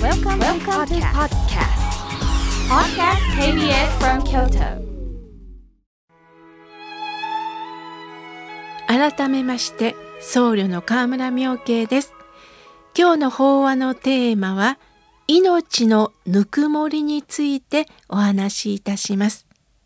Welcome to podcast. Podcast KBS from Kyoto. 改めまして僧侶の河村妙慶です。今日の法話のテーマは命のぬくもりについてお話しいたします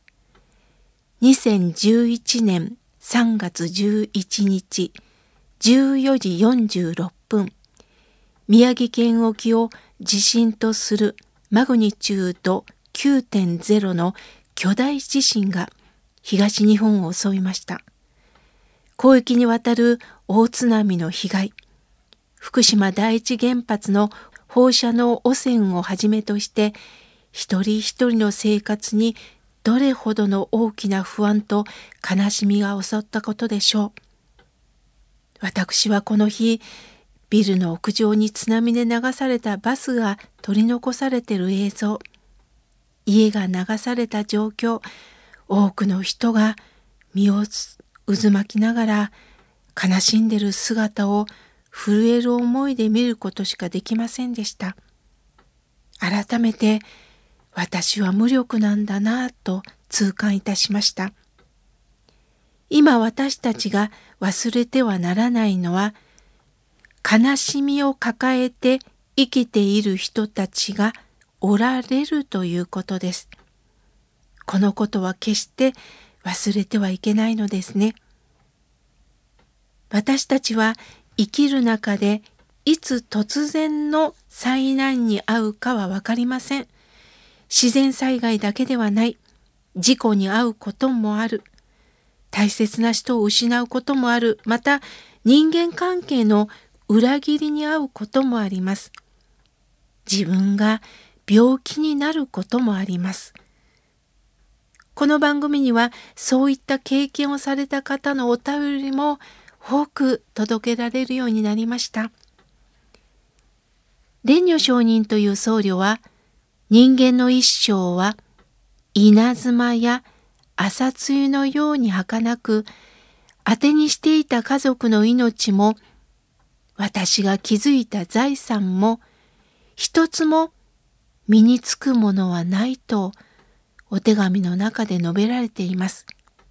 。2011年3月11日14時46分、宮城県沖を地震とするマグニチュード 9.0 の巨大地震が東日本を襲いました。広域にわたる大津波の被害、福島第一原発の放射能汚染をはじめとして一人一人の生活にどれほどの大きな不安と悲しみが襲ったことでしょう。私はこの日、ビルの屋上に津波で流されたバスが取り残されている映像、家が流された状況、多くの人が身を渦巻きながら悲しんでいる姿を震える思いで見ることしかできませんでした。改めて私は無力なんだなぁと痛感いたしました。今私たちが忘れてはならないのは、悲しみを抱えて生きている人たちがおられるということです。このことは決して忘れてはいけないのですね。私たちは生きる中でいつ突然の災難に遭うかは分かりません。自然災害だけではない。事故に遭うこともある。大切な人を失うこともある。また人間関係の裏切りに遭うこともあります。自分が病気になることもあります。この番組にはそういった経験をされた方のお便りも多く届けられるようになりました。蓮如上人という僧侶は、人間の一生は稲妻や朝露のように儚く、当てにしていた家族の命も私が築いた財産も一つも身につくものはないとお手紙の中で述べられています。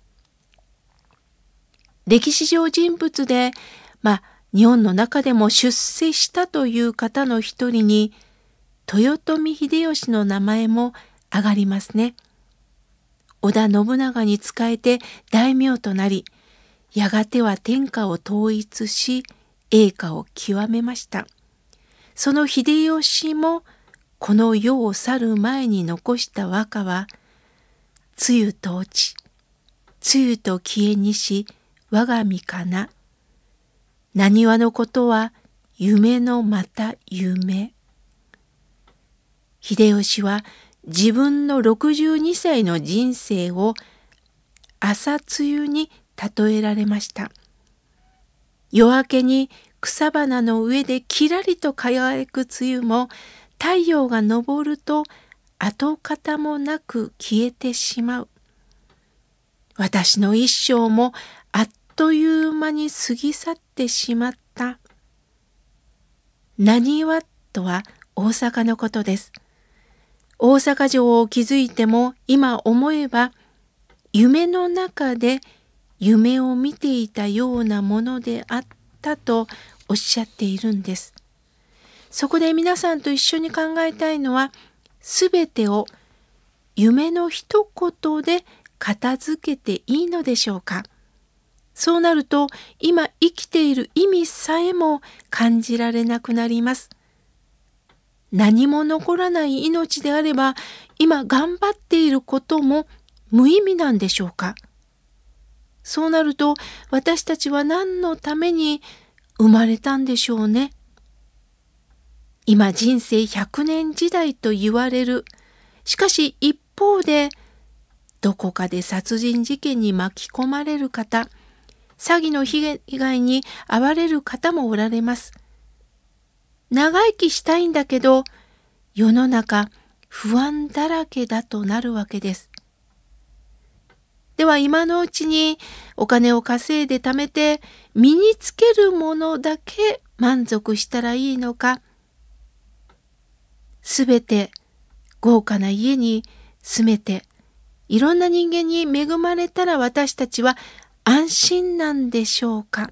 歴史上人物で、日本の中でも出世したという方の一人に豊臣秀吉の名前も挙がりますね。織田信長に仕えて大名となり、やがては天下を統一し栄華を極めました。その秀吉もこの世を去る前に残した和歌は、露と落ち、露と消えにし我が身かな。なにわのことは夢のまた夢。秀吉は自分の62歳の人生を朝露に例えられました。夜明けに草花の上できらりと輝く露も、太陽が昇ると跡形もなく消えてしまう。私の一生もあっという間に過ぎ去ってしまった。なにわとは大阪のことです。大阪城を築いても今思えば、夢の中で夢を見ていたようなものであったとおっしゃっているんです。そこで皆さんと一緒に考えたいのは、すべてを夢の一言で片付けていいのでしょうか。そうなると今生きている意味さえも感じられなくなります。何も残らない命であれば、今頑張っていることも無意味なんでしょうか。そうなると私たちは何のために生まれたんでしょうね。今人生100年時代と言われる。しかし一方で、どこかで殺人事件に巻き込まれる方、詐欺の被害に遭われる方もおられます。長生きしたいんだけど、世の中不安だらけだとなるわけです。では今のうちにお金を稼いで貯めて身につけるものだけ満足したらいいのか、 すべて豪華な家に住めて、いろんな人間に恵まれたら私たちは安心なんでしょうか。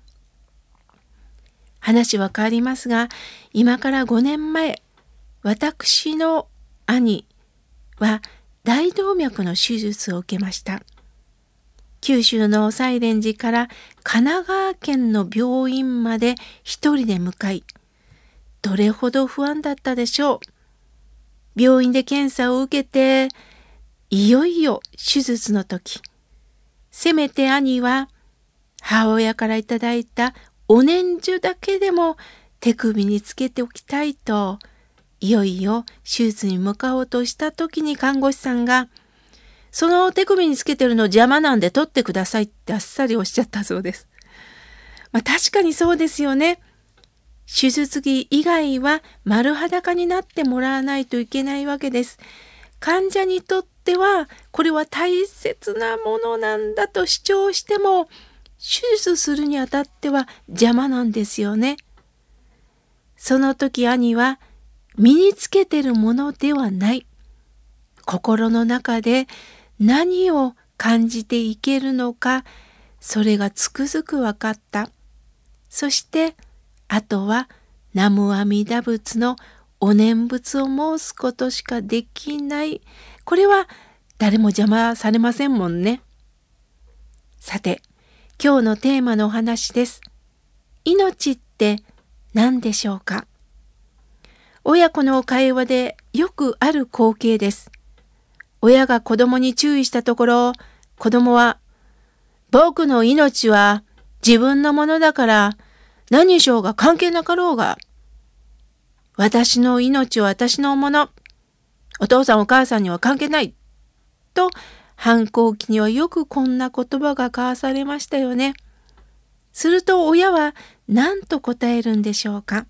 話は変わりますが、今から5年前、私の兄は大動脈の手術を受けました。九州の西蓮寺から神奈川県の病院まで一人で向かい、どれほど不安だったでしょう。病院で検査を受けて、いよいよ手術の時、せめて兄は母親からいただいたお念珠だけでも手首につけておきたいと、いよいよ手術に向かおうとした時に看護師さんが、その手首につけてるの邪魔なんで取ってくださいってあっさりおっしゃったそうです。確かにそうですよね。手術着以外は丸裸になってもらわないといけないわけです。患者にとってはこれは大切なものなんだと主張しても、手術するにあたっては邪魔なんですよね。その時兄は身につけてるものではない。心の中で何を感じていけるのか、それがつくづく分かった。そしてあとは南無阿弥陀仏のお念仏を申すことしかできない。これは誰も邪魔されませんもんね。さて、今日のテーマのお話です。命って何でしょうか。親子の会話でよくある光景です。親が子供に注意したところ、子供は、僕の命は自分のものだから何しようが関係なかろうが、私の命は私のもの、お父さんお母さんには関係ないと、反抗期にはよくこんな言葉が交わされましたよね。すると親は何と答えるんでしょうか。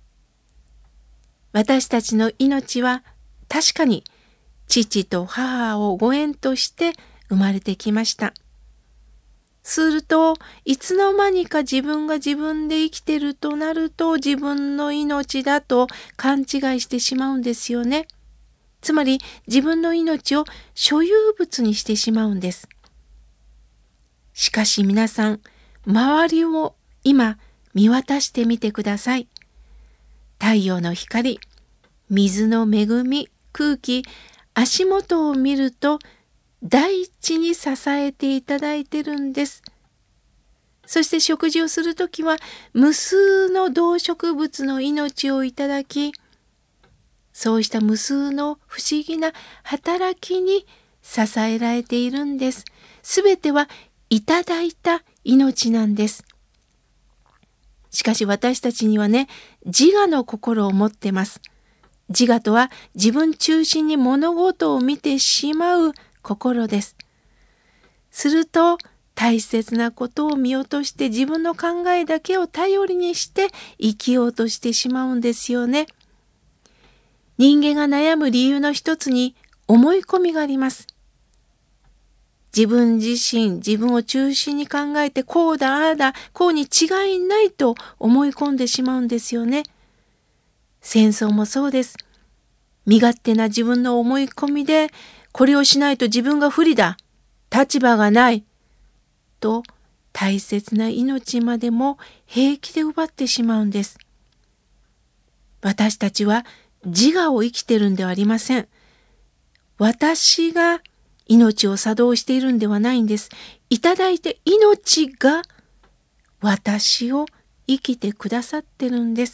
私たちの命は確かに父と母をご縁として生まれてきました。するといつの間にか自分が自分で生きてるとなると自分の命だと勘違いしてしまうんですよね。つまり自分の命を所有物にしてしまうんです。しかし皆さん、周りを今見渡してみてください。太陽の光、水の恵み、空気、足元を見ると大地に支えていただいてるんです。そして食事をするときは無数の動植物の命をいただき、そうした無数の不思議な働きに支えられているんです。すべてはいただいた命なんです。しかし私たちにはね、自我の心を持ってます。自我とは自分中心に物事を見てしまう心です。すると大切なことを見落として自分の考えだけを頼りにして生きようとしてしまうんですよね。人間が悩む理由の一つに思い込みがあります。自分自身、自分を中心に考えてこうだ、ああだ、こうに違いないと思い込んでしまうんですよね。戦争もそうです。身勝手な自分の思い込みで、これをしないと自分が不利だ、立場がない、と大切な命までも平気で奪ってしまうんです。私たちは自我を生きてるんではありません。私が命を作動しているんではないんです。いただいて命が私を生きてくださってるんです。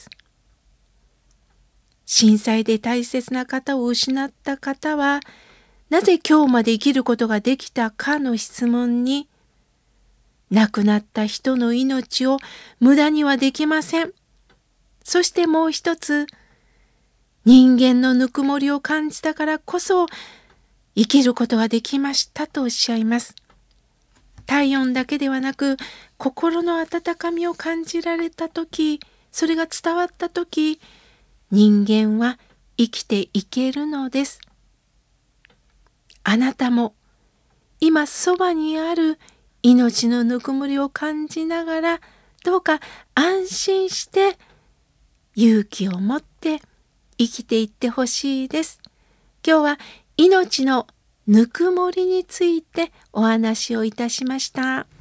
震災で大切な方を失った方は、なぜ今日まで生きることができたかの質問に、亡くなった人の命を無駄にはできません。そしてもう一つ、人間のぬくもりを感じたからこそ生きることができましたとおっしゃいます。体温だけではなく心の温かみを感じられたとき、それが伝わったとき、人間は生きていけるのです。あなたも今そばにある命のぬくもりを感じながら、どうか安心して勇気を持って生きていってほしいです。今日は命のぬくもりについてお話をいたしました。